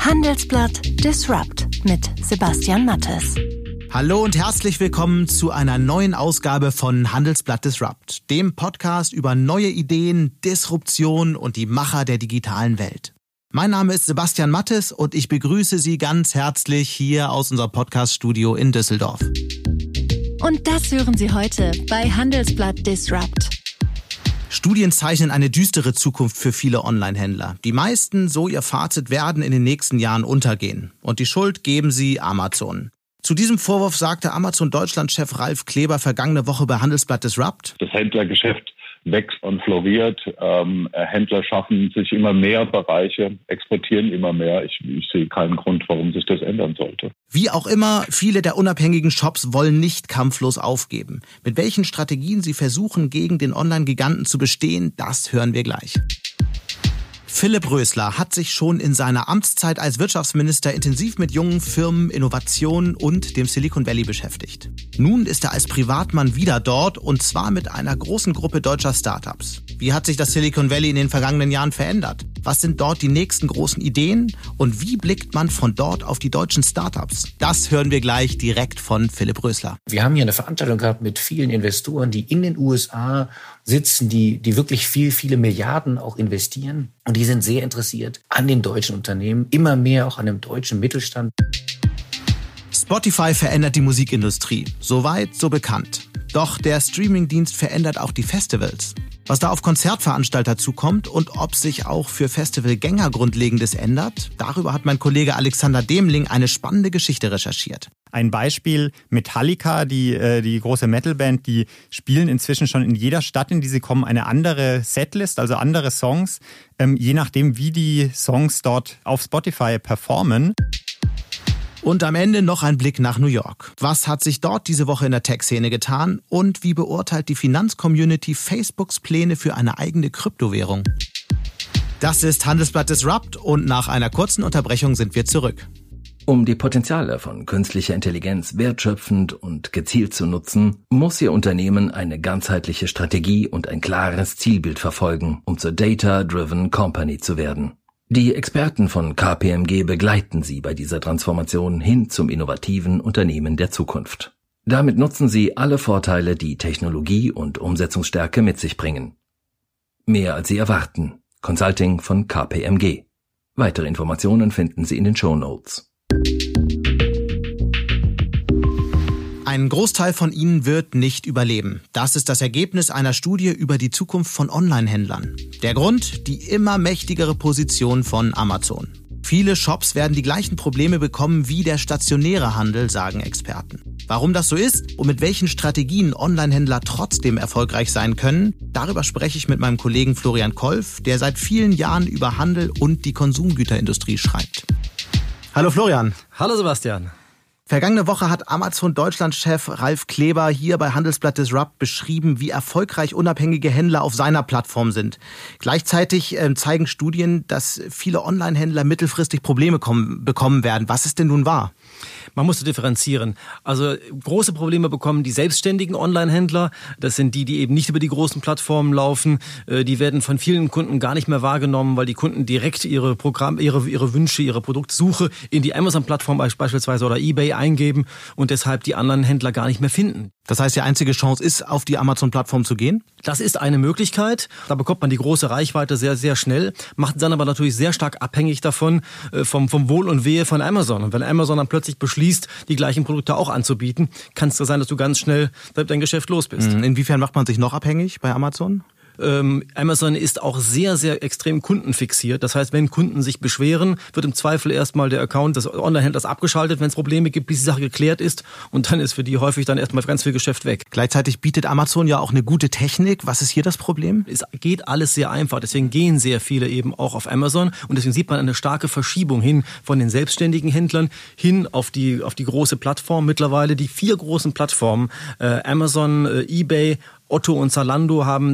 Handelsblatt Disrupt mit Sebastian Mattes. Hallo und herzlich willkommen zu einer neuen Ausgabe von Handelsblatt Disrupt, dem Podcast über neue Ideen, Disruption und die Macher der digitalen Welt. Mein Name ist Sebastian Mattes und ich begrüße Sie ganz herzlich hier aus unserem Podcast-Studio in Düsseldorf. Und das hören Sie heute bei Handelsblatt Disrupt. Studien zeichnen eine düstere Zukunft für viele Online-Händler. Die meisten, so ihr Fazit, werden in den nächsten Jahren untergehen. Und die Schuld geben sie Amazon. Zu diesem Vorwurf sagte Amazon-Deutschland-Chef Ralf Kleber vergangene Woche bei Handelsblatt Disrupt: Das Händlergeschäft wächst und floriert. Händler schaffen sich immer mehr Bereiche, exportieren immer mehr. Ich sehe keinen Grund, warum sich das ändern sollte. Wie auch immer, viele der unabhängigen Shops wollen nicht kampflos aufgeben. Mit welchen Strategien sie versuchen, gegen den Online-Giganten zu bestehen, das hören wir gleich. Philipp Rösler hat sich schon in seiner Amtszeit als Wirtschaftsminister intensiv mit jungen Firmen, Innovationen und dem Silicon Valley beschäftigt. Nun ist er als Privatmann wieder dort, und zwar mit einer großen Gruppe deutscher Startups. Wie hat sich das Silicon Valley in den vergangenen Jahren verändert? Was sind dort die nächsten großen Ideen? Und wie blickt man von dort auf die deutschen Startups? Das hören wir gleich direkt von Philipp Rösler. Wir haben hier eine Veranstaltung gehabt mit vielen Investoren, die in den USA sitzen, die wirklich viele Milliarden auch investieren. Und die sind sehr interessiert an den deutschen Unternehmen, immer mehr auch an dem deutschen Mittelstand. Spotify verändert die Musikindustrie. Soweit, so bekannt. Doch der Streamingdienst verändert auch die Festivals. Was da auf Konzertveranstalter zukommt und ob sich auch für Festivalgänger Grundlegendes ändert, darüber hat mein Kollege Alexander Demling eine spannende Geschichte recherchiert. Ein Beispiel: Metallica, die große Metalband, die spielen inzwischen schon in jeder Stadt, in die sie kommen, eine andere Setlist, also andere Songs, je nachdem, wie die Songs dort auf Spotify performen. Und am Ende noch ein Blick nach New York. Was hat sich dort diese Woche in der Tech-Szene getan und wie beurteilt die Finanzcommunity Facebooks Pläne für eine eigene Kryptowährung? Das ist Handelsblatt Disrupt und nach einer kurzen Unterbrechung sind wir zurück. Um die Potenziale von künstlicher Intelligenz wertschöpfend und gezielt zu nutzen, muss Ihr Unternehmen eine ganzheitliche Strategie und ein klares Zielbild verfolgen, um zur Data-Driven Company zu werden. Die Experten von KPMG begleiten Sie bei dieser Transformation hin zum innovativen Unternehmen der Zukunft. Damit nutzen Sie alle Vorteile, die Technologie und Umsetzungsstärke mit sich bringen. Mehr als Sie erwarten. Consulting von KPMG. Weitere Informationen finden Sie in den Shownotes. Ein Großteil von ihnen wird nicht überleben. Das ist das Ergebnis einer Studie über die Zukunft von Online-Händlern. Der Grund: die immer mächtigere Position von Amazon. Viele Shops werden die gleichen Probleme bekommen wie der stationäre Handel, sagen Experten. Warum das so ist und mit welchen Strategien Online-Händler trotzdem erfolgreich sein können, darüber spreche ich mit meinem Kollegen Florian Kolf, der seit vielen Jahren über Handel und die Konsumgüterindustrie schreibt. Hallo Florian. Hallo Sebastian. Vergangene Woche hat Amazon-Deutschland-Chef Ralf Kleber hier bei Handelsblatt Disrupt beschrieben, wie erfolgreich unabhängige Händler auf seiner Plattform sind. Gleichzeitig zeigen Studien, dass viele Online-Händler mittelfristig Probleme bekommen werden. Was ist denn nun wahr? Man muss differenzieren. Also große Probleme bekommen die selbstständigen Online-Händler. Das sind die eben nicht über die großen Plattformen laufen. Die werden von vielen Kunden gar nicht mehr wahrgenommen, weil die Kunden direkt ihre Wünsche, ihre Produktsuche in die Amazon-Plattform beispielsweise oder eBay eingeben und deshalb die anderen Händler gar nicht mehr finden. Das heißt, die einzige Chance ist, auf die Amazon-Plattform zu gehen? Das ist eine Möglichkeit. Da bekommt man die große Reichweite sehr, sehr schnell, macht es dann aber natürlich sehr stark abhängig davon, vom Wohl und Wehe von Amazon. Und wenn Amazon dann plötzlich beschließt, die gleichen Produkte auch anzubieten, kann es sein, dass du ganz schnell dein Geschäft los bist. Inwiefern macht man sich noch abhängig bei Amazon? Amazon ist auch sehr, sehr extrem kundenfixiert. Das heißt, wenn Kunden sich beschweren, wird im Zweifel erstmal der Account des Online-Händlers abgeschaltet, wenn es Probleme gibt, bis die Sache geklärt ist. Und dann ist für die häufig dann erstmal ganz viel Geschäft weg. Gleichzeitig bietet Amazon ja auch eine gute Technik. Was ist hier das Problem? Es geht alles sehr einfach. Deswegen gehen sehr viele eben auch auf Amazon. Und deswegen sieht man eine starke Verschiebung hin von den selbstständigen Händlern hin auf die große Plattform. Mittlerweile die 4 großen Plattformen, Amazon, eBay, Otto und Zalando haben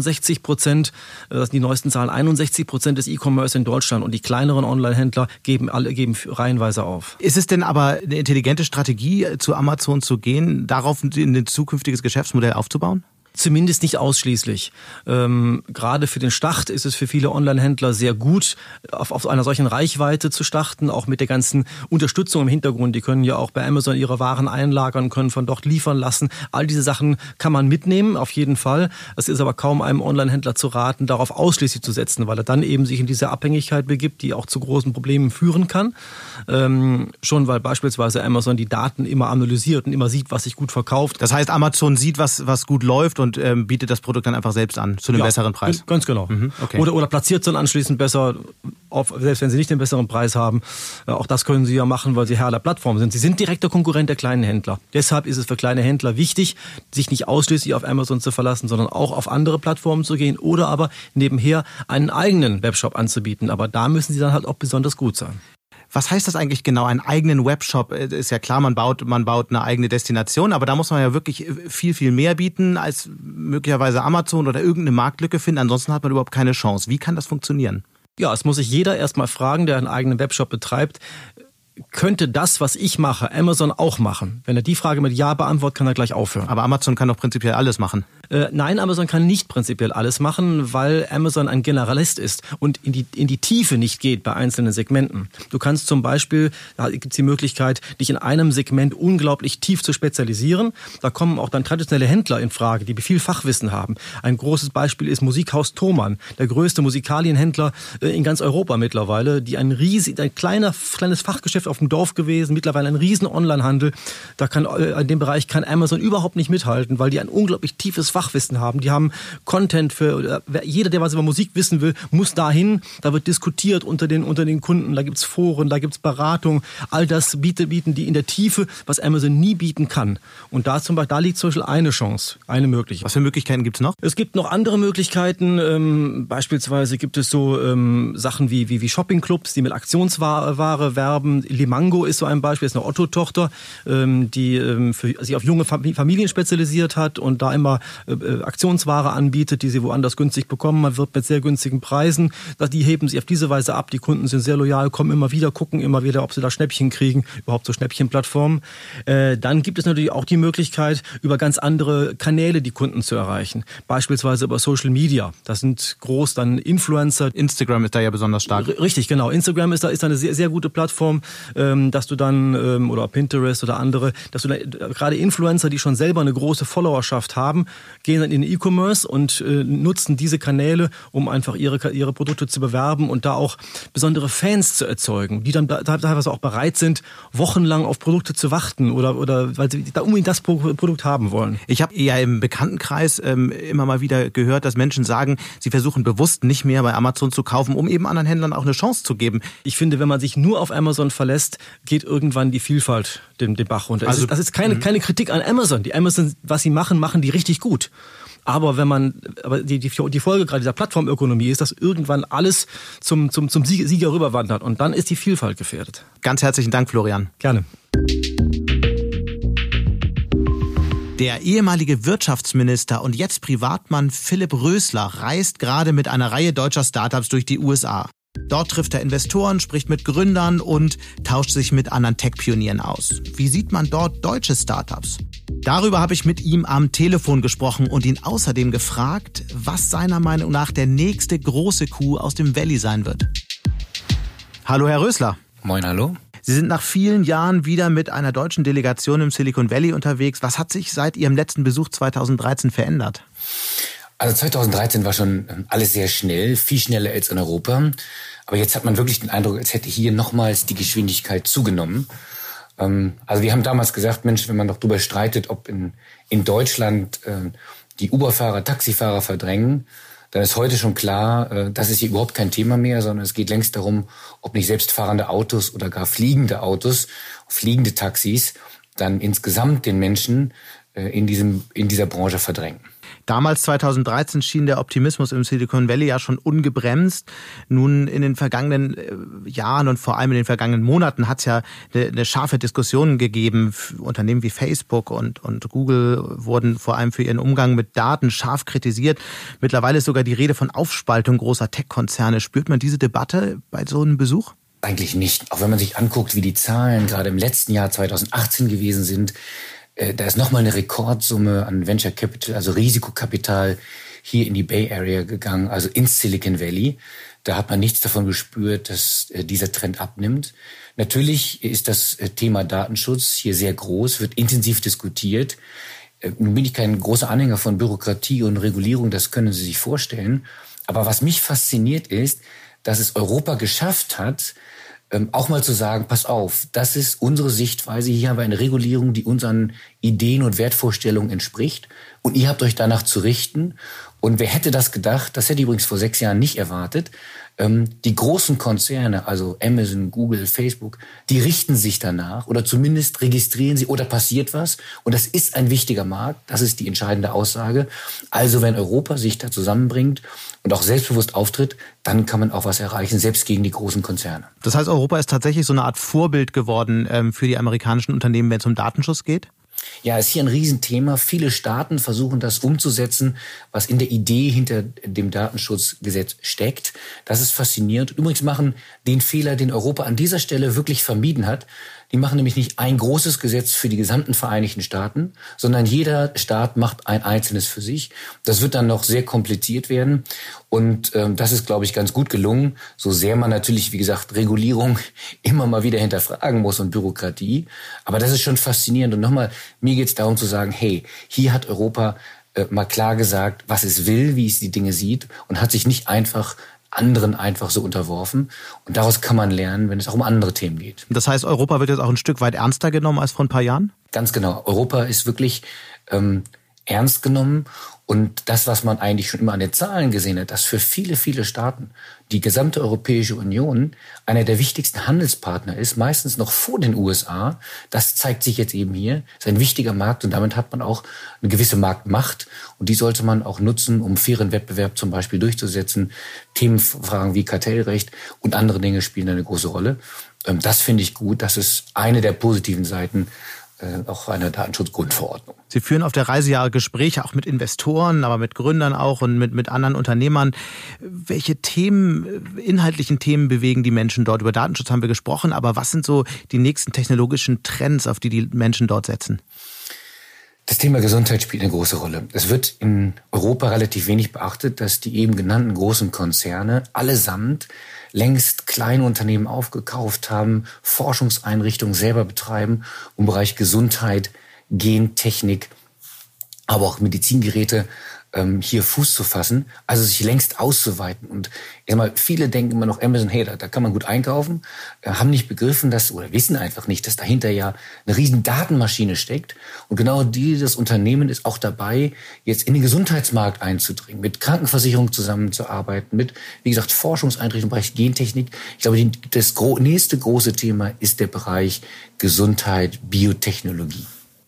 61%, das sind die neuesten Zahlen, 61% des E-Commerce in Deutschland, und die kleineren Online-Händler geben reihenweise auf. Ist es denn aber eine intelligente Strategie, zu Amazon zu gehen, darauf ein zukünftiges Geschäftsmodell aufzubauen? Zumindest nicht ausschließlich. Gerade für den Start ist es für viele Online-Händler sehr gut, auf einer solchen Reichweite zu starten, auch mit der ganzen Unterstützung im Hintergrund. Die können ja auch bei Amazon ihre Waren einlagern, können von dort liefern lassen. All diese Sachen kann man mitnehmen, auf jeden Fall. Es ist aber kaum einem Online-Händler zu raten, darauf ausschließlich zu setzen, weil er dann eben sich in diese Abhängigkeit begibt, die auch zu großen Problemen führen kann. Schon weil beispielsweise Amazon die Daten immer analysiert und immer sieht, was sich gut verkauft. Das heißt, Amazon sieht, was gut läuft und bietet das Produkt dann einfach selbst an, zu einem besseren Preis. Ganz genau. Okay. Oder platziert es dann anschließend besser, selbst wenn sie nicht den besseren Preis haben. Auch das können sie ja machen, weil sie Herr der Plattform sind. Sie sind direkter Konkurrent der kleinen Händler. Deshalb ist es für kleine Händler wichtig, sich nicht ausschließlich auf Amazon zu verlassen, sondern auch auf andere Plattformen zu gehen oder aber nebenher einen eigenen Webshop anzubieten. Aber da müssen sie dann halt auch besonders gut sein. Was heißt das eigentlich genau, einen eigenen Webshop? Ist ja klar, man baut eine eigene Destination, aber da muss man ja wirklich viel, viel mehr bieten, als möglicherweise Amazon oder irgendeine Marktlücke finden. Ansonsten hat man überhaupt keine Chance. Wie kann das funktionieren? Ja, es muss sich jeder erstmal fragen, der einen eigenen Webshop betreibt, könnte das, was ich mache, Amazon auch machen? Wenn er die Frage mit Ja beantwortet, kann er gleich aufhören. Aber Amazon kann doch prinzipiell alles machen. Nein, Amazon kann nicht prinzipiell alles machen, weil Amazon ein Generalist ist und in die Tiefe nicht geht bei einzelnen Segmenten. Du kannst zum Beispiel, da gibt es die Möglichkeit, dich in einem Segment unglaublich tief zu spezialisieren. Da kommen auch dann traditionelle Händler in Frage, die viel Fachwissen haben. Ein großes Beispiel ist Musikhaus Thomann, der größte Musikalienhändler in ganz Europa mittlerweile, die ein kleines Fachgeschäft auf dem Dorf gewesen, mittlerweile ein riesen Onlinehandel. In dem Bereich kann Amazon überhaupt nicht mithalten, weil die ein unglaublich tiefes Fachwissen haben. Die haben Content für jeder, der was über Musik wissen will, muss dahin. Da wird diskutiert unter den Kunden. Da gibt's Foren, da gibt's Beratung. All das bieten die in der Tiefe, was Amazon nie bieten kann. Und da liegt zum Beispiel eine Chance, eine mögliche. Was für Möglichkeiten gibt's noch? Es gibt noch andere Möglichkeiten. Beispielsweise gibt es so Sachen wie Shoppingclubs, die mit Aktionsware werben. Limango ist so ein Beispiel, ist eine Otto-Tochter, die sich auf junge Familien spezialisiert hat und da immer Aktionsware anbietet, die sie woanders günstig bekommen. Man wird mit sehr günstigen Preisen. Die heben sich auf diese Weise ab. Die Kunden sind sehr loyal, kommen immer wieder, gucken immer wieder, ob sie da Schnäppchen kriegen, überhaupt so Schnäppchenplattformen. Dann gibt es natürlich auch die Möglichkeit, über ganz andere Kanäle die Kunden zu erreichen. Beispielsweise über Social Media. Das sind groß dann Influencer. Instagram ist da ja besonders stark. Richtig, genau. Instagram ist eine sehr, sehr gute Plattform, dass du dann, oder Pinterest oder andere, dass du dann, gerade Influencer, die schon selber eine große Followerschaft haben, gehen dann in den E-Commerce und nutzen diese Kanäle, um einfach ihre Produkte zu bewerben und da auch besondere Fans zu erzeugen, die dann teilweise auch bereit sind, wochenlang auf Produkte zu warten oder weil sie da unbedingt das Produkt haben wollen. Ich habe ja im Bekanntenkreis immer mal wieder gehört, dass Menschen sagen, sie versuchen bewusst nicht mehr bei Amazon zu kaufen, um eben anderen Händlern auch eine Chance zu geben. Ich finde, wenn man sich nur auf Amazon verlässt, geht irgendwann die Vielfalt den Bach runter. Also das ist keine Kritik an Amazon. Die Amazon, was sie machen die richtig gut. Aber die Folge gerade dieser Plattformökonomie ist, dass irgendwann alles zum Sieger rüberwandert und dann ist die Vielfalt gefährdet. Ganz herzlichen Dank, Florian. Gerne. Der ehemalige Wirtschaftsminister und jetzt Privatmann Philipp Rösler reist gerade mit einer Reihe deutscher Startups durch die USA. Dort trifft er Investoren, spricht mit Gründern und tauscht sich mit anderen Tech-Pionieren aus. Wie sieht man dort deutsche Startups? Darüber habe ich mit ihm am Telefon gesprochen und ihn außerdem gefragt, was seiner Meinung nach der nächste große Coup aus dem Valley sein wird. Hallo, Herr Rösler. Moin, hallo. Sie sind nach vielen Jahren wieder mit einer deutschen Delegation im Silicon Valley unterwegs. Was hat sich seit Ihrem letzten Besuch 2013 verändert? Also 2013 war schon alles sehr schnell, viel schneller als in Europa. Aber jetzt hat man wirklich den Eindruck, als hätte hier nochmals die Geschwindigkeit zugenommen. Also wir haben damals gesagt, Mensch, wenn man doch darüber streitet, ob in Deutschland die Uber-Fahrer Taxifahrer verdrängen, dann ist heute schon klar, das ist hier überhaupt kein Thema mehr, sondern es geht längst darum, ob nicht selbstfahrende Autos oder gar fliegende Autos, fliegende Taxis dann insgesamt den Menschen in dieser Branche verdrängen. Damals, 2013, schien der Optimismus im Silicon Valley ja schon ungebremst. Nun in den vergangenen Jahren und vor allem in den vergangenen Monaten hat es ja eine scharfe Diskussion gegeben. Unternehmen wie Facebook und Google wurden vor allem für ihren Umgang mit Daten scharf kritisiert. Mittlerweile ist sogar die Rede von Aufspaltung großer Tech-Konzerne. Spürt man diese Debatte bei so einem Besuch? Eigentlich nicht. Auch wenn man sich anguckt, wie die Zahlen gerade im letzten Jahr 2018 gewesen sind, Da ist nochmal eine Rekordsumme an Venture Capital, also Risikokapital, hier in die Bay Area gegangen, also ins Silicon Valley. Da hat man nichts davon gespürt, dass dieser Trend abnimmt. Natürlich ist das Thema Datenschutz hier sehr groß, wird intensiv diskutiert. Nun bin ich kein großer Anhänger von Bürokratie und Regulierung, das können Sie sich vorstellen. Aber was mich fasziniert ist, dass es Europa geschafft hat, auch mal zu sagen, pass auf, das ist unsere Sichtweise, hier haben wir eine Regulierung, die unseren Ideen und Wertvorstellungen entspricht und ihr habt euch danach zu richten. Und wer hätte das gedacht, das hätte ich übrigens vor 6 Jahren nicht erwartet, die großen Konzerne, also Amazon, Google, Facebook, die richten sich danach oder zumindest registrieren sie oder passiert was. Und das ist ein wichtiger Markt, das ist die entscheidende Aussage. Also wenn Europa sich da zusammenbringt und auch selbstbewusst auftritt, dann kann man auch was erreichen, selbst gegen die großen Konzerne. Das heißt, Europa ist tatsächlich so eine Art Vorbild geworden für die amerikanischen Unternehmen, wenn es um Datenschutz geht? Ja, ist hier ein Riesenthema. Viele Staaten versuchen das umzusetzen, was in der Idee hinter dem Datenschutzgesetz steckt. Das ist faszinierend. Übrigens machen den Fehler, den Europa an dieser Stelle wirklich vermieden hat. Die machen nämlich nicht ein großes Gesetz für die gesamten Vereinigten Staaten, sondern jeder Staat macht ein einzelnes für sich. Das wird dann noch sehr kompliziert werden. Und das ist, glaube ich, ganz gut gelungen. So sehr man natürlich, wie gesagt, Regulierung immer mal wieder hinterfragen muss und Bürokratie. Aber das ist schon faszinierend. Und nochmal, mir geht es darum zu sagen, hey, hier hat Europa mal klar gesagt, was es will, wie es die Dinge sieht und hat sich nicht anderen einfach so unterworfen. Und daraus kann man lernen, wenn es auch um andere Themen geht. Das heißt, Europa wird jetzt auch ein Stück weit ernster genommen als vor ein paar Jahren? Ganz genau. Europa ist wirklich ernst genommen. Und das, was man eigentlich schon immer an den Zahlen gesehen hat, dass für viele, viele Staaten die gesamte Europäische Union einer der wichtigsten Handelspartner ist, meistens noch vor den USA, das zeigt sich jetzt eben hier, ist ein wichtiger Markt und damit hat man auch eine gewisse Marktmacht und die sollte man auch nutzen, um fairen Wettbewerb zum Beispiel durchzusetzen. Themenfragen wie Kartellrecht und andere Dinge spielen eine große Rolle. Das finde ich gut, das ist eine der positiven Seiten auch einer Datenschutzgrundverordnung. Sie führen auf der Reise ja Gespräche auch mit Investoren, aber mit Gründern auch und mit anderen Unternehmern. Welche Themen, inhaltlichen Themen bewegen die Menschen dort? Über Datenschutz haben wir gesprochen, aber was sind so die nächsten technologischen Trends, auf die die Menschen dort setzen? Das Thema Gesundheit spielt eine große Rolle. Es wird in Europa relativ wenig beachtet, dass die eben genannten großen Konzerne allesamt längst kleine Unternehmen aufgekauft haben, Forschungseinrichtungen selber betreiben, im Bereich Gesundheit, Gentechnik, aber auch Medizingeräte hier Fuß zu fassen, also sich längst auszuweiten. Und ich sag mal, viele denken immer noch Amazon, hey, da kann man gut einkaufen, haben nicht begriffen, dass oder wissen einfach nicht, dass dahinter ja eine riesen Datenmaschine steckt. Und genau dieses Unternehmen ist auch dabei, jetzt in den Gesundheitsmarkt einzudringen, mit Krankenversicherung zusammenzuarbeiten, mit, wie gesagt, Forschungseinrichtungen im Bereich Gentechnik. Ich glaube, das nächste große Thema ist der Bereich Gesundheit, Biotechnologie.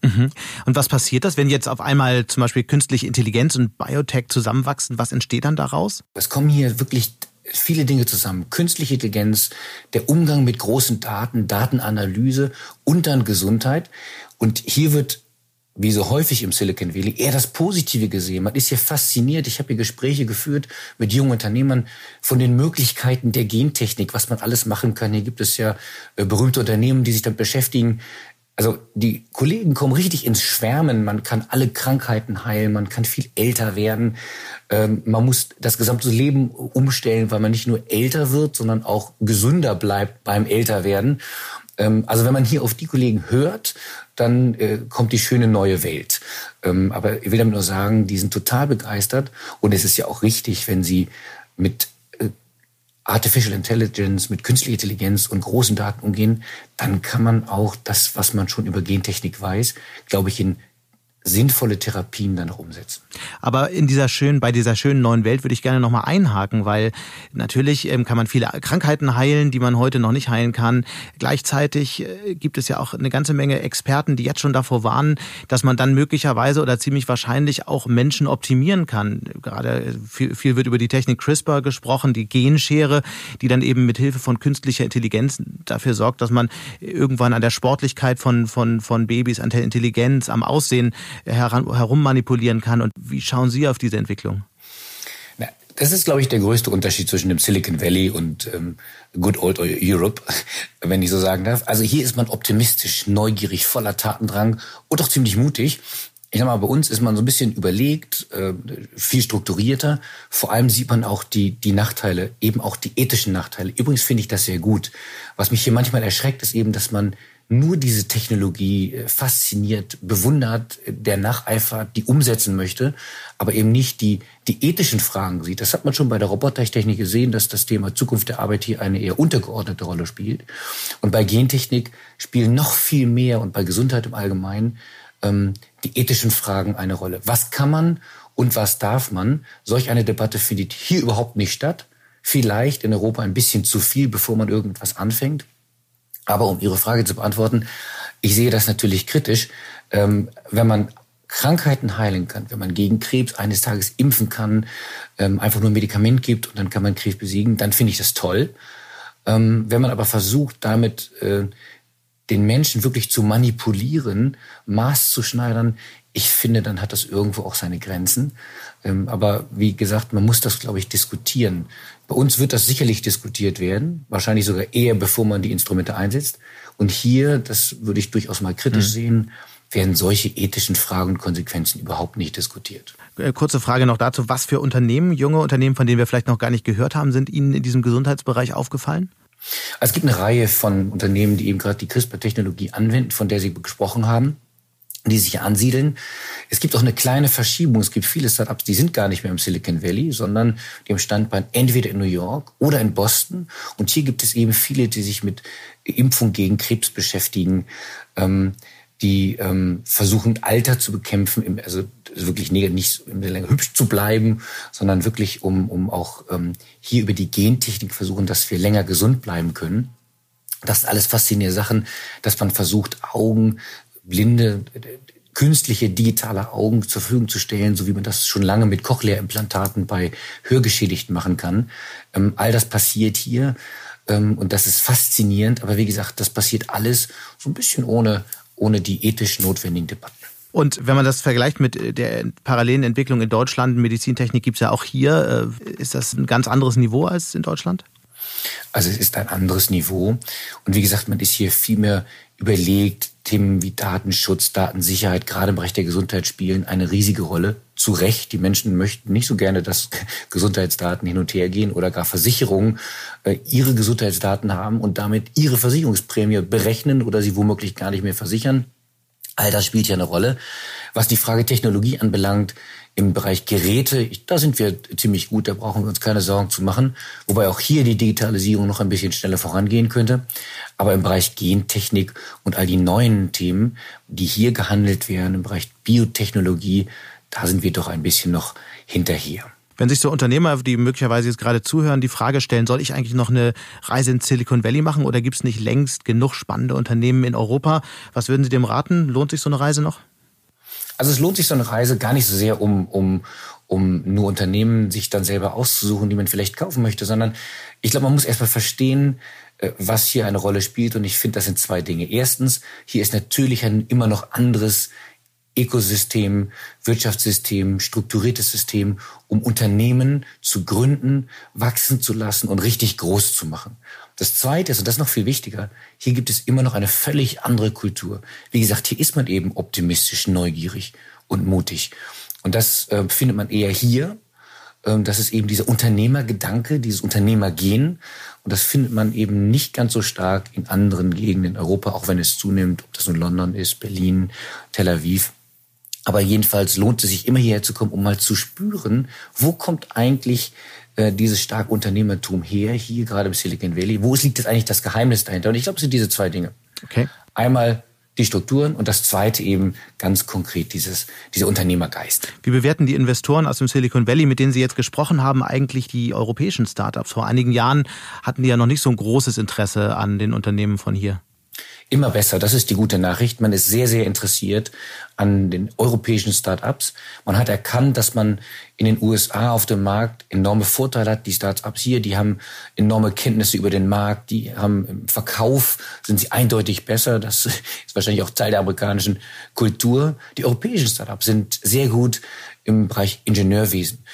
Und was passiert das, wenn jetzt auf einmal zum Beispiel künstliche Intelligenz und Biotech zusammenwachsen? Was entsteht dann daraus? Es kommen hier wirklich viele Dinge zusammen. Künstliche Intelligenz, der Umgang mit großen Daten, Datenanalyse und dann Gesundheit. Und hier wird, wie so häufig im Silicon Valley, eher das Positive gesehen. Man ist hier fasziniert. Ich habe hier Gespräche geführt mit jungen Unternehmern von den Möglichkeiten der Gentechnik, was man alles machen kann. Hier gibt es ja berühmte Unternehmen, die sich damit beschäftigen. Also die Kollegen kommen richtig ins Schwärmen. Man kann alle Krankheiten heilen, man kann viel älter werden. Man muss das gesamte Leben umstellen, weil man nicht nur älter wird, sondern auch gesünder bleibt beim Älterwerden. Also wenn man hier auf die Kollegen hört, dann kommt die schöne neue Welt. Aber ich will damit nur sagen, die sind total begeistert. Und es ist ja auch richtig, wenn sie mit Artificial Intelligence, mit künstlicher Intelligenz und großen Daten umgehen, dann kann man auch das, was man schon über Gentechnik weiß, glaube ich, in sinnvolle Therapien dann noch umsetzen. Aber bei dieser schönen neuen Welt würde ich gerne nochmal einhaken, weil natürlich kann man viele Krankheiten heilen, die man heute noch nicht heilen kann. Gleichzeitig gibt es ja auch eine ganze Menge Experten, die jetzt schon davor warnen, dass man dann möglicherweise oder ziemlich wahrscheinlich auch Menschen optimieren kann. Gerade viel wird über die Technik CRISPR gesprochen, die Genschere, die dann eben mit Hilfe von künstlicher Intelligenz dafür sorgt, dass man irgendwann an der Sportlichkeit von Babys, an der Intelligenz, am Aussehen herum manipulieren kann. Und wie schauen Sie auf diese Entwicklung? Das ist, glaube ich, der größte Unterschied zwischen dem Silicon Valley und Good Old Europe, wenn ich so sagen darf. Also hier ist man optimistisch, neugierig, voller Tatendrang und auch ziemlich mutig. Ich sag mal, bei uns ist man so ein bisschen überlegt, viel strukturierter. Vor allem sieht man auch die Nachteile, eben auch die ethischen Nachteile. Übrigens finde ich das sehr gut. Was mich hier manchmal erschreckt, ist eben, dass man nur diese Technologie fasziniert, bewundert, der nacheifert, die umsetzen möchte, aber eben nicht die ethischen Fragen sieht. Das hat man schon bei der Robotertechnik gesehen, dass das Thema Zukunft der Arbeit hier eine eher untergeordnete Rolle spielt. Und bei Gentechnik spielen noch viel mehr und bei Gesundheit im Allgemeinen die ethischen Fragen eine Rolle. Was kann man und was darf man? Solch eine Debatte findet hier überhaupt nicht statt. Vielleicht in Europa ein bisschen zu viel, bevor man irgendwas anfängt. Aber um Ihre Frage zu beantworten, ich sehe das natürlich kritisch. Wenn man Krankheiten heilen kann, wenn man gegen Krebs eines Tages impfen kann, einfach nur ein Medikament gibt und dann kann man Krebs besiegen, dann finde ich das toll. Wenn man aber versucht, damit den Menschen wirklich zu manipulieren, Maß zu schneidern, ich finde, dann hat das irgendwo auch seine Grenzen. Aber wie gesagt, man muss das, glaube ich, diskutieren. Bei uns wird das sicherlich diskutiert werden, wahrscheinlich sogar eher, bevor man die Instrumente einsetzt. Und hier, das würde ich durchaus mal kritisch sehen, werden solche ethischen Fragen und Konsequenzen überhaupt nicht diskutiert. Kurze Frage noch dazu. Was für Unternehmen, junge Unternehmen, von denen wir vielleicht noch gar nicht gehört haben, sind Ihnen in diesem Gesundheitsbereich aufgefallen? Also es gibt eine Reihe von Unternehmen, die eben gerade die CRISPR-Technologie anwenden, von der Sie gesprochen haben, die sich hier ansiedeln. Es gibt auch eine kleine Verschiebung. Es gibt viele Startups, die sind gar nicht mehr im Silicon Valley, sondern die haben Standbein entweder in New York oder in Boston. Und hier gibt es eben viele, die sich mit Impfung gegen Krebs beschäftigen, die versuchen, Alter zu bekämpfen, also wirklich nicht länger hübsch zu bleiben, sondern wirklich um auch hier über die Gentechnik versuchen, dass wir länger gesund bleiben können. Das sind alles faszinierende Sachen, dass man versucht, blinde, künstliche, digitale Augen zur Verfügung zu stellen, so wie man das schon lange mit Cochlea-Implantaten bei Hörgeschädigten machen kann. All das passiert hier und das ist faszinierend, aber wie gesagt, das passiert alles so ein bisschen ohne die ethisch notwendigen Debatten. Und wenn man das vergleicht mit der parallelen Entwicklung in Deutschland, Medizintechnik gibt es ja auch hier, ist das ein ganz anderes Niveau als in Deutschland? Also es ist ein anderes Niveau. Und wie gesagt, man ist hier viel mehr überlegt, Themen wie Datenschutz, Datensicherheit, gerade im Bereich der Gesundheit spielen eine riesige Rolle. Zu Recht, die Menschen möchten nicht so gerne, dass Gesundheitsdaten hin und her gehen oder gar Versicherungen ihre Gesundheitsdaten haben und damit ihre Versicherungsprämie berechnen oder sie womöglich gar nicht mehr versichern. All das spielt ja eine Rolle. Was die Frage Technologie anbelangt, im Bereich Geräte, da sind wir ziemlich gut, da brauchen wir uns keine Sorgen zu machen. Wobei auch hier die Digitalisierung noch ein bisschen schneller vorangehen könnte. Aber im Bereich Gentechnik und all die neuen Themen, die hier gehandelt werden, im Bereich Biotechnologie, da sind wir doch ein bisschen noch hinterher. Wenn sich so Unternehmer, die möglicherweise jetzt gerade zuhören, die Frage stellen, soll ich eigentlich noch eine Reise ins Silicon Valley machen oder gibt es nicht längst genug spannende Unternehmen in Europa? Was würden Sie dem raten? Lohnt sich so eine Reise noch? Also es lohnt sich so eine Reise gar nicht so sehr, um nur Unternehmen sich dann selber auszusuchen, die man vielleicht kaufen möchte, sondern ich glaube, man muss erstmal verstehen, was hier eine Rolle spielt. Und ich finde, das sind zwei Dinge. Erstens, hier ist natürlich ein immer noch anderes Ökosystem, Wirtschaftssystem, strukturiertes System, um Unternehmen zu gründen, wachsen zu lassen und richtig groß zu machen. Das Zweite ist, und das ist noch viel wichtiger, hier gibt es immer noch eine völlig andere Kultur. Wie gesagt, hier ist man eben optimistisch, neugierig und mutig. Und das findet man eher hier. Das ist eben dieser Unternehmergedanke, dieses Unternehmergehen. Und das findet man eben nicht ganz so stark in anderen Gegenden in Europa, auch wenn es zunimmt, ob das nun London ist, Berlin, Tel Aviv. Aber jedenfalls lohnt es sich immer hierher zu kommen, um mal zu spüren, wo kommt eigentlich dieses starke Unternehmertum her, hier gerade im Silicon Valley. Wo liegt jetzt eigentlich das Geheimnis dahinter? Und ich glaube, es sind diese zwei Dinge. Okay. Einmal die Strukturen und das Zweite eben ganz konkret dieser Unternehmergeist. Wie bewerten die Investoren aus dem Silicon Valley, mit denen Sie jetzt gesprochen haben, eigentlich die europäischen Startups? Vor einigen Jahren hatten die ja noch nicht so ein großes Interesse an den Unternehmen von hier. Immer besser, das ist die gute Nachricht. Man ist sehr, sehr interessiert an den europäischen Start-ups. Man hat erkannt, dass man in den USA auf dem Markt enorme Vorteile hat. Die Start-ups hier, die haben enorme Kenntnisse über den Markt, die haben im Verkauf, sind sie eindeutig besser. Das ist wahrscheinlich auch Teil der amerikanischen Kultur. Die europäischen Start-ups sind sehr gut im Bereich Ingenieurwesen.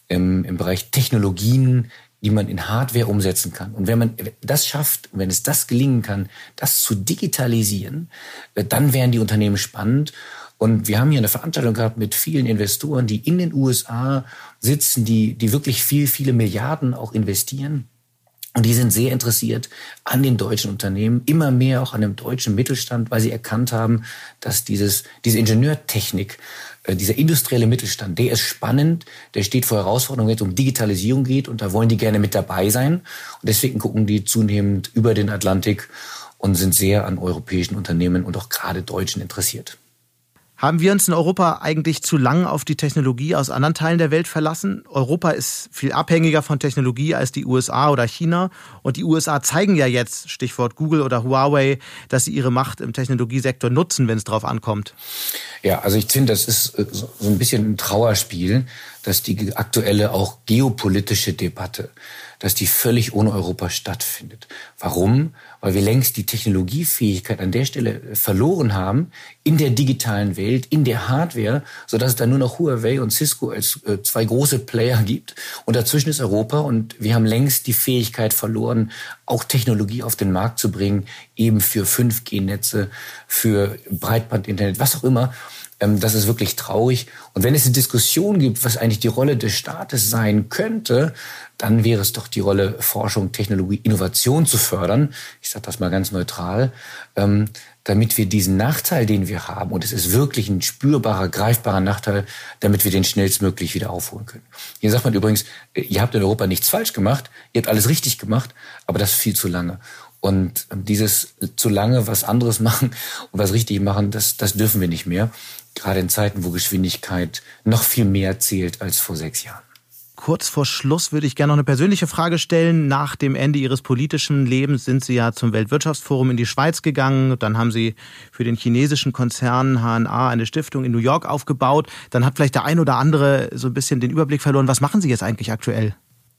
im Bereich Technologien, die man in Hardware umsetzen kann. Und wenn man das schafft, wenn es das gelingen kann, das zu digitalisieren, dann wären die Unternehmen spannend. Und wir haben hier eine Veranstaltung gehabt mit vielen Investoren, die in den USA sitzen, die wirklich viele Milliarden auch investieren. Und die sind sehr interessiert an den deutschen Unternehmen, immer mehr auch an dem deutschen Mittelstand, weil sie erkannt haben, dass diese Ingenieurtechnik, dieser industrielle Mittelstand, der ist spannend, der steht vor Herausforderungen, wenn es um Digitalisierung geht, und da wollen die gerne mit dabei sein. Und deswegen gucken die zunehmend über den Atlantik und sind sehr an europäischen Unternehmen und auch gerade Deutschen interessiert. Haben wir uns in Europa eigentlich zu lange auf die Technologie aus anderen Teilen der Welt verlassen? Europa ist viel abhängiger von Technologie als die USA oder China. Und die USA zeigen ja jetzt, Stichwort Google oder Huawei, dass sie ihre Macht im Technologiesektor nutzen, wenn es drauf ankommt. Ja, also ich finde, das ist so ein bisschen ein Trauerspiel, dass die aktuelle auch geopolitische Debatte, dass die völlig ohne Europa stattfindet. Warum? Weil wir längst die Technologiefähigkeit an der Stelle verloren haben, in der digitalen Welt, in der Hardware, sodass es da nur noch Huawei und Cisco als zwei große Player gibt. Und dazwischen ist Europa, und wir haben längst die Fähigkeit verloren, auch Technologie auf den Markt zu bringen, eben für 5G-Netze, für Breitbandinternet, was auch immer. Das ist wirklich traurig. Und wenn es eine Diskussion gibt, was eigentlich die Rolle des Staates sein könnte, dann wäre es doch die Rolle, Forschung, Technologie, Innovation zu fördern. Ich sage das mal ganz neutral, damit wir diesen Nachteil, den wir haben, und es ist wirklich ein spürbarer, greifbarer Nachteil, damit wir den schnellstmöglich wieder aufholen können. Hier sagt man übrigens, ihr habt in Europa nichts falsch gemacht, ihr habt alles richtig gemacht, aber das ist viel zu lange. Und dieses zu lange was anderes machen und was richtig machen, das dürfen wir nicht mehr. Gerade in Zeiten, wo Geschwindigkeit noch viel mehr zählt als vor 6 Jahren. Kurz vor Schluss würde ich gerne noch eine persönliche Frage stellen. Nach dem Ende Ihres politischen Lebens sind Sie ja zum Weltwirtschaftsforum in die Schweiz gegangen. Dann haben Sie für den chinesischen Konzern HNA eine Stiftung in New York aufgebaut. Dann hat vielleicht der ein oder andere so ein bisschen den Überblick verloren. Was machen Sie jetzt eigentlich aktuell?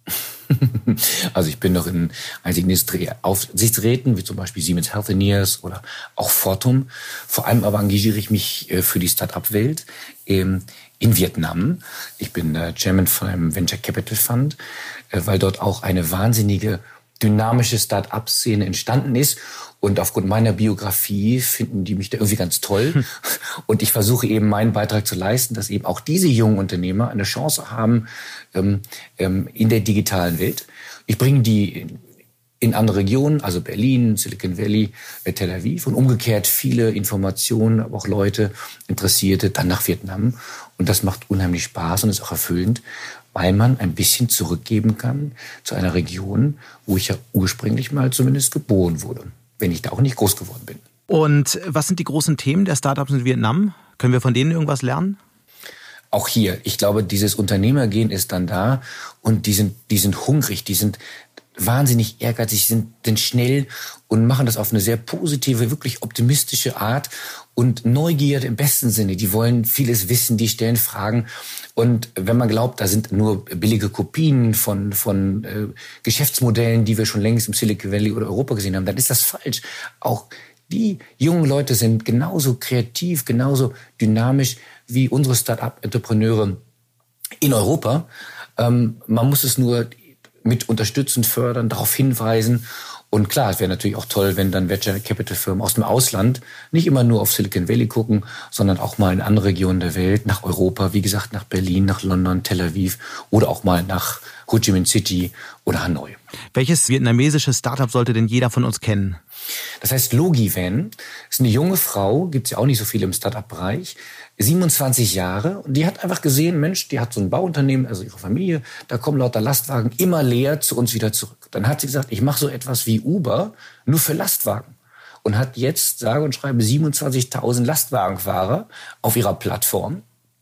Also ich bin noch in einigen Aufsichtsräten, wie zum Beispiel Siemens Healthineers oder auch Fortum. Vor allem aber engagiere ich mich für die Start-up-Welt in Vietnam. Ich bin Chairman von einem Venture Capital Fund, weil dort auch eine wahnsinnige dynamische Start-up-Szene entstanden ist. Und aufgrund meiner Biografie finden die mich da irgendwie ganz toll. Und ich versuche eben meinen Beitrag zu leisten, dass eben auch diese jungen Unternehmer eine Chance haben in der digitalen Welt. Ich bringe die in andere Regionen, also Berlin, Silicon Valley, Tel Aviv, und umgekehrt viele Informationen, aber auch Leute, Interessierte, dann nach Vietnam. Und das macht unheimlich Spaß und ist auch erfüllend, weil man ein bisschen zurückgeben kann zu einer Region, wo ich ja ursprünglich mal zumindest geboren wurde, wenn ich da auch nicht groß geworden bin. Und was sind die großen Themen der Startups in Vietnam? Können wir von denen irgendwas lernen? Auch hier, ich glaube, dieses Unternehmergehen ist dann da, und die sind hungrig, die sind wahnsinnig ehrgeizig, sind schnell und machen das auf eine sehr positive, wirklich optimistische Art und Neugierde im besten Sinne. Die wollen vieles wissen, die stellen Fragen. Und wenn man glaubt, da sind nur billige Kopien von Geschäftsmodellen, die wir schon längst im Silicon Valley oder Europa gesehen haben, dann ist das falsch. Auch die jungen Leute sind genauso kreativ, genauso dynamisch wie unsere Start-up-Entrepreneure in Europa. Man muss es nur mit unterstützen, fördern, darauf hinweisen. Und klar, es wäre natürlich auch toll, wenn dann Venture Capital Firmen aus dem Ausland nicht immer nur auf Silicon Valley gucken, sondern auch mal in andere Regionen der Welt, nach Europa, wie gesagt, nach Berlin, nach London, Tel Aviv oder auch mal nach Ho Chi Minh City oder Hanoi. Welches vietnamesisches Startup sollte denn jeder von uns kennen? Das heißt Logivan, ist eine junge Frau, gibt's ja auch nicht so viel im Startup-Bereich, 27 Jahre, und die hat einfach gesehen, Mensch, die hat so ein Bauunternehmen, also ihre Familie, da kommen lauter Lastwagen immer leer zu uns wieder zurück. Dann hat sie gesagt, ich mache so etwas wie Uber, nur für Lastwagen. Und hat jetzt, sage und schreibe, 27.000 Lastwagenfahrer auf ihrer Plattform.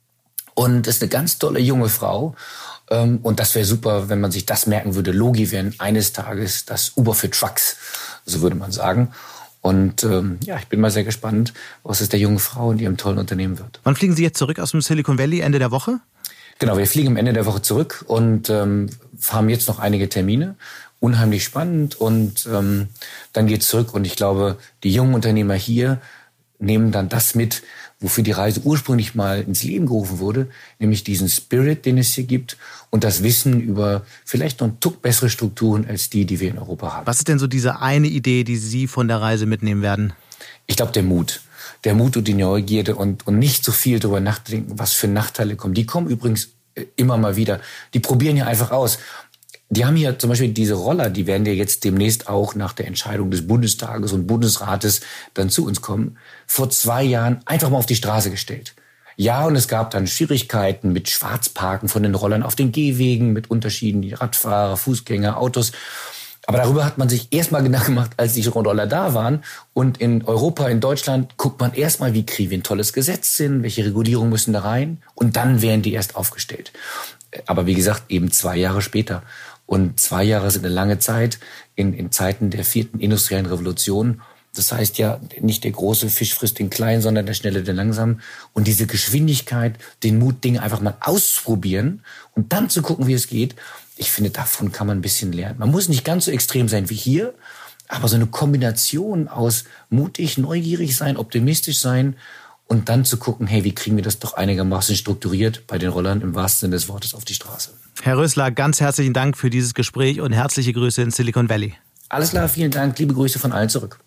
Und ist eine ganz tolle junge Frau. Und das wäre super, wenn man sich das merken würde. Logivan, eines Tages das Uber für Trucks, so würde man sagen. Und ich bin mal sehr gespannt, was es der jungen Frau in ihrem tollen Unternehmen wird. Wann fliegen Sie jetzt zurück aus dem Silicon Valley, Ende der Woche? Genau, wir fliegen am Ende der Woche zurück und haben jetzt noch einige Termine. Unheimlich spannend, und dann geht's zurück. Und ich glaube, die jungen Unternehmer hier nehmen dann das mit, wofür die Reise ursprünglich mal ins Leben gerufen wurde, nämlich diesen Spirit, den es hier gibt und das Wissen über vielleicht noch einen Tuck bessere Strukturen als die wir in Europa haben. Was ist denn so diese eine Idee, die Sie von der Reise mitnehmen werden? Ich glaube, der Mut und die Neugierde und nicht so viel darüber nachdenken, was für Nachteile kommen. Die kommen übrigens immer mal wieder. Die probieren ja einfach aus. Die haben hier zum Beispiel diese Roller, die werden ja jetzt demnächst auch nach der Entscheidung des Bundestages und Bundesrates dann zu uns kommen, vor 2 Jahren einfach mal auf die Straße gestellt. Ja, und es gab dann Schwierigkeiten mit Schwarzparken von den Rollern auf den Gehwegen, mit Unterschieden, die Radfahrer, Fußgänger, Autos. Aber darüber hat man sich erstmal Gedanken gemacht, als die Roller da waren. Und in Europa, in Deutschland, guckt man erstmal, wie kriegen wir ein tolles Gesetz hin, welche Regulierungen müssen da rein. Und dann werden die erst aufgestellt. Aber wie gesagt, eben 2 Jahre später. Und 2 Jahre sind eine lange Zeit in Zeiten der 4. industriellen Revolution. Das heißt ja, nicht der große Fisch frisst den Kleinen, sondern der Schnelle den Langsamen. Und diese Geschwindigkeit, den Mut, Dinge einfach mal auszuprobieren und dann zu gucken, wie es geht, ich finde, davon kann man ein bisschen lernen. Man muss nicht ganz so extrem sein wie hier, aber so eine Kombination aus mutig, neugierig sein, optimistisch sein und dann zu gucken, hey, wie kriegen wir das doch einigermaßen strukturiert bei den Rollern im wahrsten Sinne des Wortes auf die Straße. Herr Rösler, ganz herzlichen Dank für dieses Gespräch und herzliche Grüße in Silicon Valley. Alles klar, vielen Dank. Liebe Grüße von allen zurück.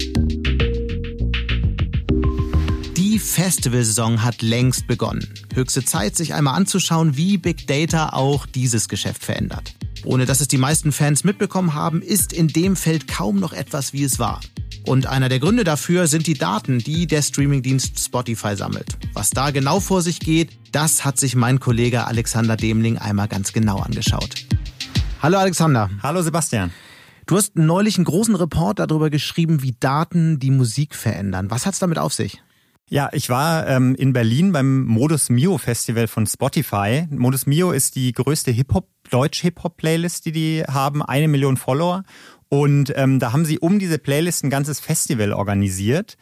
Die Festivalsaison hat längst begonnen. Höchste Zeit, sich einmal anzuschauen, wie Big Data auch dieses Geschäft verändert. Ohne dass es die meisten Fans mitbekommen haben, ist in dem Feld kaum noch etwas, wie es war. Und einer der Gründe dafür sind die Daten, die der Streamingdienst Spotify sammelt. Was da genau vor sich geht, das hat sich mein Kollege Alexander Demling einmal ganz genau angeschaut. Hallo Alexander. Hallo Sebastian. Du hast neulich einen großen Report darüber geschrieben, wie Daten die Musik verändern. Was hat's damit auf sich? Ja, ich war in Berlin beim Modus Mio Festival von Spotify. Modus Mio ist die größte Deutsch-Hip-Hop-Playlist, die haben, 1 Million Follower. Und da haben sie um diese Playlist ein ganzes Festival organisiert,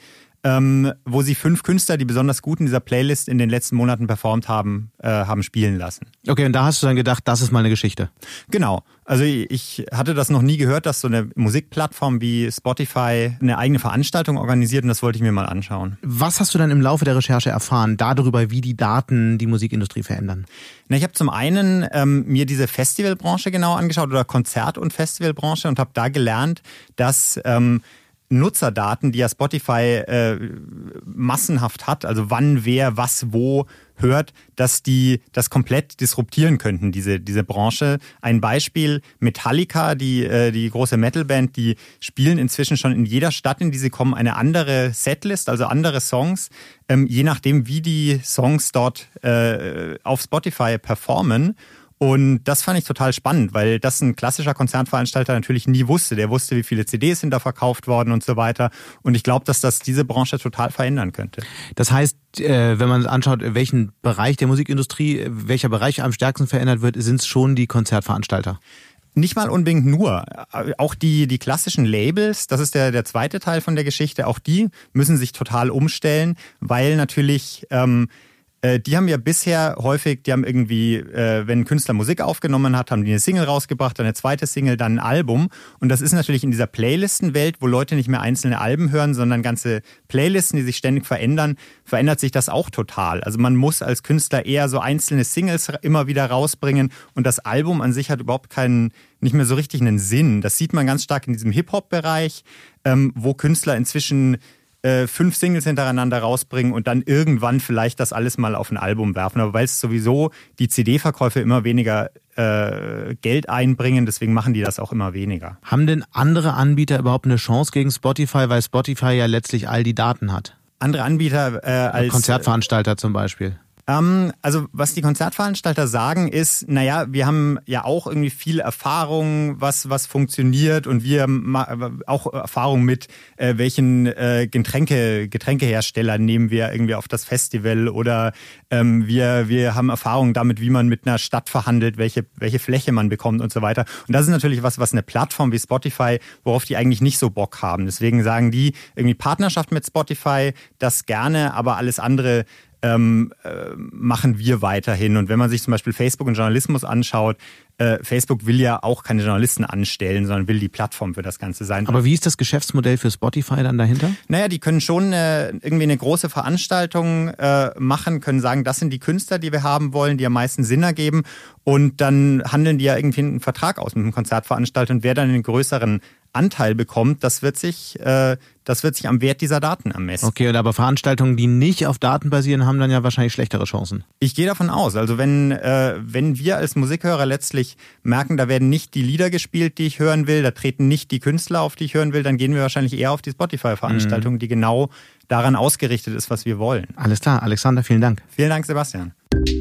wo sie 5 Künstler, die besonders gut in dieser Playlist in den letzten Monaten performt haben, haben spielen lassen. Okay, und da hast du dann gedacht, das ist mal eine Geschichte. Genau. Also ich hatte das noch nie gehört, dass so eine Musikplattform wie Spotify eine eigene Veranstaltung organisiert und das wollte ich mir mal anschauen. Was hast du dann im Laufe der Recherche erfahren, darüber, wie die Daten die Musikindustrie verändern? Na, ich habe zum einen mir diese Festivalbranche genau angeschaut oder Konzert- und Festivalbranche und habe da gelernt, dass Nutzerdaten, die ja Spotify massenhaft hat, also wann, wer, was, wo hört, dass die das komplett disruptieren könnten, diese Branche. Ein Beispiel, Metallica, die große Metalband, die spielen inzwischen schon in jeder Stadt, in die sie kommen, eine andere Setlist, also andere Songs, je nachdem, wie die Songs dort auf Spotify performen. Und das fand ich total spannend, weil das ein klassischer Konzertveranstalter natürlich nie wusste. Der wusste, wie viele CDs sind da verkauft worden und so weiter. Und ich glaube, dass das diese Branche total verändern könnte. Das heißt, wenn man anschaut, welchen Bereich der Musikindustrie, welcher Bereich am stärksten verändert wird, sind es schon die Konzertveranstalter? Nicht mal unbedingt nur. Auch die klassischen Labels, das ist der zweite Teil von der Geschichte, auch die müssen sich total umstellen, weil natürlich die haben ja bisher häufig, die haben irgendwie, wenn ein Künstler Musik aufgenommen hat, haben die eine Single rausgebracht, dann eine zweite Single, dann ein Album. Und das ist natürlich in dieser Playlistenwelt, wo Leute nicht mehr einzelne Alben hören, sondern ganze Playlisten, die sich ständig verändern, verändert sich das auch total. Also man muss als Künstler eher so einzelne Singles immer wieder rausbringen und das Album an sich hat überhaupt nicht mehr so richtig einen Sinn. Das sieht man ganz stark in diesem Hip-Hop-Bereich, wo Künstler inzwischen 5 Singles hintereinander rausbringen und dann irgendwann vielleicht das alles mal auf ein Album werfen. Aber weil es sowieso die CD-Verkäufe immer weniger Geld einbringen, deswegen machen die das auch immer weniger. Haben denn andere Anbieter überhaupt eine Chance gegen Spotify, weil Spotify ja letztlich all die Daten hat? Andere Anbieter als Konzertveranstalter zum Beispiel. Also was die Konzertveranstalter sagen ist, naja, wir haben ja auch irgendwie viel Erfahrung, was funktioniert und wir haben auch Erfahrung mit welchen Getränkehersteller nehmen wir irgendwie auf das Festival oder wir haben Erfahrung damit, wie man mit einer Stadt verhandelt, welche Fläche man bekommt und so weiter. Und das ist natürlich was eine Plattform wie Spotify, worauf die eigentlich nicht so Bock haben. Deswegen sagen die irgendwie Partnerschaft mit Spotify, das gerne, aber alles andere machen wir weiterhin. Und wenn man sich zum Beispiel Facebook und Journalismus anschaut, Facebook will ja auch keine Journalisten anstellen, sondern will die Plattform für das Ganze sein. Aber wie ist das Geschäftsmodell für Spotify dann dahinter? Naja, die können schon irgendwie eine große Veranstaltung machen, können sagen, das sind die Künstler, die wir haben wollen, die am meisten Sinn ergeben. Und dann handeln die ja irgendwie einen Vertrag aus mit dem Konzertveranstalter. Und wer dann den größeren Anteil bekommt, das wird sich am Wert dieser Daten ermessen. Okay, aber Veranstaltungen, die nicht auf Daten basieren, haben dann ja wahrscheinlich schlechtere Chancen. Ich gehe davon aus. Also wenn wir als Musikhörer letztlich merken, da werden nicht die Lieder gespielt, die ich hören will, da treten nicht die Künstler auf, die ich hören will, dann gehen wir wahrscheinlich eher auf die Spotify-Veranstaltung, die genau daran ausgerichtet ist, was wir wollen. Alles klar, Alexander, vielen Dank. Vielen Dank, Sebastian.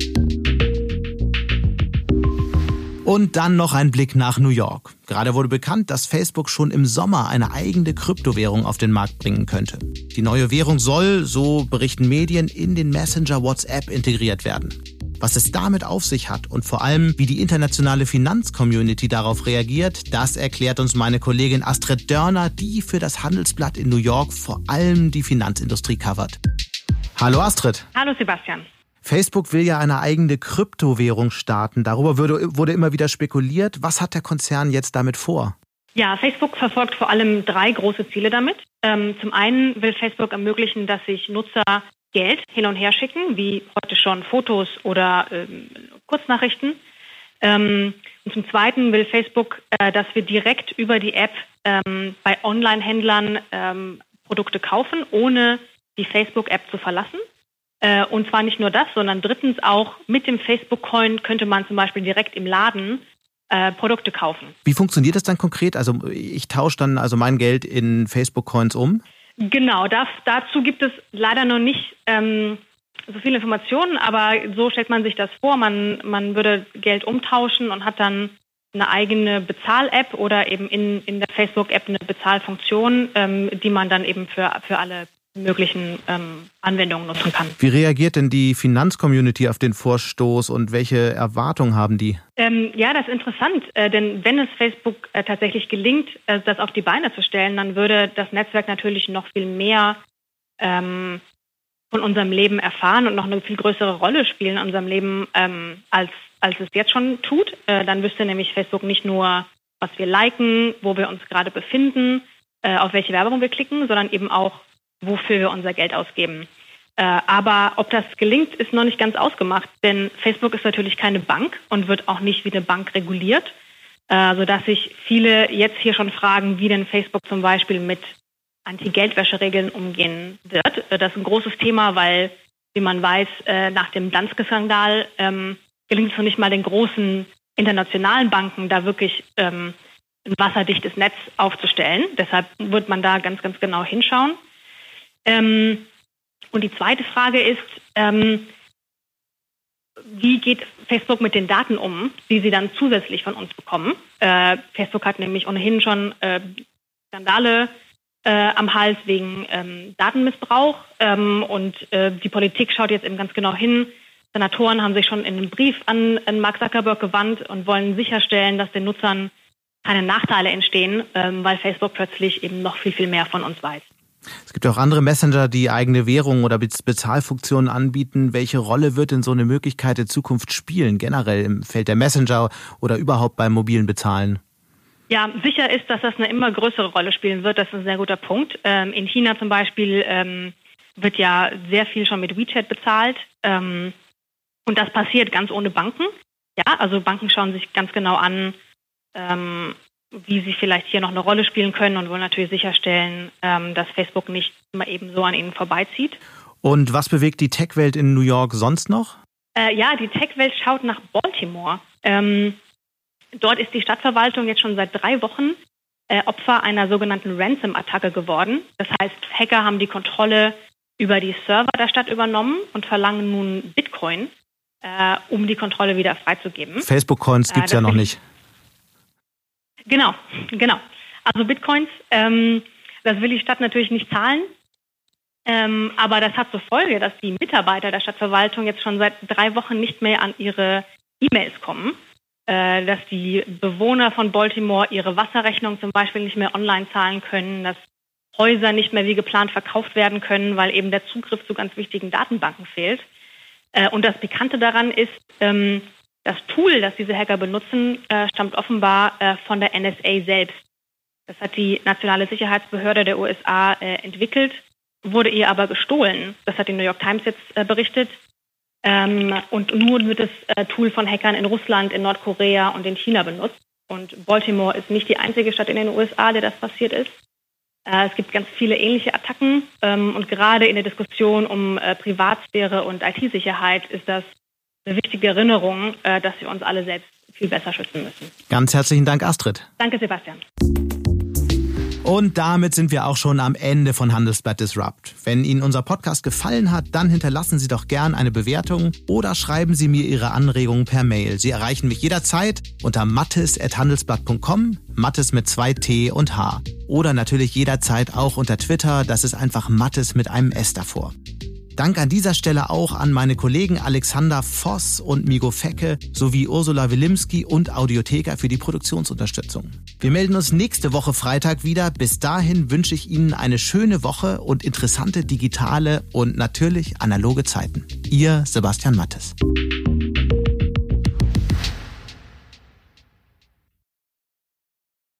Und dann noch ein Blick nach New York. Gerade wurde bekannt, dass Facebook schon im Sommer eine eigene Kryptowährung auf den Markt bringen könnte. Die neue Währung soll, so berichten Medien, in den Messenger WhatsApp integriert werden. Was es damit auf sich hat und vor allem, wie die internationale Finanzcommunity darauf reagiert, das erklärt uns meine Kollegin Astrid Dörner, die für das Handelsblatt in New York vor allem die Finanzindustrie covert. Hallo Astrid. Hallo Sebastian. Facebook will ja eine eigene Kryptowährung starten. Darüber wurde immer wieder spekuliert. Was hat der Konzern jetzt damit vor? Ja, Facebook verfolgt vor allem 3 große Ziele damit. Zum einen will Facebook ermöglichen, dass sich Nutzer Geld hin und her schicken, wie heute schon Fotos oder Kurznachrichten. Und zum Zweiten will Facebook, dass wir direkt über die App bei Online-Händlern Produkte kaufen, ohne die Facebook-App zu verlassen. Und zwar nicht nur das, sondern drittens auch mit dem Facebook-Coin könnte man zum Beispiel direkt im Laden Produkte kaufen. Wie funktioniert das dann konkret? Also ich tausche dann also mein Geld in Facebook-Coins um? Genau, dazu gibt es leider noch nicht so viele Informationen, aber so stellt man sich das vor. Man würde Geld umtauschen und hat dann eine eigene Bezahl-App oder eben in der Facebook-App eine Bezahlfunktion, die man dann eben für alle möglichen Anwendungen nutzen kann. Wie reagiert denn die Finanzcommunity auf den Vorstoß und welche Erwartungen haben die? Ja, das ist interessant, denn wenn es Facebook tatsächlich gelingt, das auf die Beine zu stellen, dann würde das Netzwerk natürlich noch viel mehr von unserem Leben erfahren und noch eine viel größere Rolle spielen in unserem Leben, als es jetzt schon tut. Dann wüsste nämlich Facebook nicht nur, was wir liken, wo wir uns gerade befinden, auf welche Werbung wir klicken, sondern eben auch, wofür wir unser Geld ausgeben. Aber ob das gelingt, ist noch nicht ganz ausgemacht, denn Facebook ist natürlich keine Bank und wird auch nicht wie eine Bank reguliert, sodass sich viele jetzt hier schon fragen, wie denn Facebook zum Beispiel mit Anti-Geldwäsche-Regeln umgehen wird. Das ist ein großes Thema, weil, wie man weiß, nach dem Danske-Skandal gelingt es noch nicht mal den großen internationalen Banken, da wirklich ein wasserdichtes Netz aufzustellen. Deshalb wird man da ganz, ganz genau hinschauen. Und die zweite Frage ist, wie geht Facebook mit den Daten um, die sie dann zusätzlich von uns bekommen? Facebook hat nämlich ohnehin schon Skandale am Hals wegen Datenmissbrauch und die Politik schaut jetzt eben ganz genau hin. Senatoren haben sich schon in einem Brief an Mark Zuckerberg gewandt und wollen sicherstellen, dass den Nutzern keine Nachteile entstehen, weil Facebook plötzlich eben noch viel, viel mehr von uns weiß. Es gibt auch andere Messenger, die eigene Währungen oder Bezahlfunktionen anbieten. Welche Rolle wird denn so eine Möglichkeit in Zukunft spielen, generell im Feld der Messenger oder überhaupt beim mobilen Bezahlen? Ja, sicher ist, dass das eine immer größere Rolle spielen wird. Das ist ein sehr guter Punkt. In China zum Beispiel wird ja sehr viel schon mit WeChat bezahlt. Und das passiert ganz ohne Banken. Ja, also Banken schauen sich ganz genau an, wie sie vielleicht hier noch eine Rolle spielen können und wollen natürlich sicherstellen, dass Facebook nicht immer eben so an ihnen vorbeizieht. Und was bewegt die Tech-Welt in New York sonst noch? Ja, die Tech-Welt schaut nach Baltimore. Dort ist die Stadtverwaltung jetzt schon seit 3 Wochen Opfer einer sogenannten Ransom-Attacke geworden. Das heißt, Hacker haben die Kontrolle über die Server der Stadt übernommen und verlangen nun Bitcoin, um die Kontrolle wieder freizugeben. Facebook-Coins gibt es ja noch nicht. Genau. Also Bitcoins, das will die Stadt natürlich nicht zahlen, aber das hat zur Folge, dass die Mitarbeiter der Stadtverwaltung jetzt schon seit 3 Wochen nicht mehr an ihre E-Mails kommen, dass die Bewohner von Baltimore ihre Wasserrechnung zum Beispiel nicht mehr online zahlen können, dass Häuser nicht mehr wie geplant verkauft werden können, weil eben der Zugriff zu ganz wichtigen Datenbanken fehlt. Und das Pikante daran ist, das Tool, das diese Hacker benutzen, stammt offenbar von der NSA selbst. Das hat die Nationale Sicherheitsbehörde der USA entwickelt, wurde ihr aber gestohlen. Das hat die New York Times jetzt berichtet. Und nun wird das Tool von Hackern in Russland, in Nordkorea und in China benutzt. Und Baltimore ist nicht die einzige Stadt in den USA, der das passiert ist. Es gibt ganz viele ähnliche Attacken. Und gerade in der Diskussion um Privatsphäre und IT-Sicherheit ist das eine wichtige Erinnerung, dass wir uns alle selbst viel besser schützen müssen. Ganz herzlichen Dank, Astrid. Danke, Sebastian. Und damit sind wir auch schon am Ende von Handelsblatt Disrupt. Wenn Ihnen unser Podcast gefallen hat, dann hinterlassen Sie doch gern eine Bewertung oder schreiben Sie mir Ihre Anregungen per Mail. Sie erreichen mich jederzeit unter mattes@handelsblatt.com, Mattes mit 2 T und H. Oder natürlich jederzeit auch unter Twitter, das ist einfach Mattes mit einem S davor. Dank an dieser Stelle auch an meine Kollegen Alexander Voss und Migo Fecke sowie Ursula Wilimski und Audiotheka für die Produktionsunterstützung. Wir melden uns nächste Woche Freitag wieder. Bis dahin wünsche ich Ihnen eine schöne Woche und interessante digitale und natürlich analoge Zeiten. Ihr Sebastian Mattes.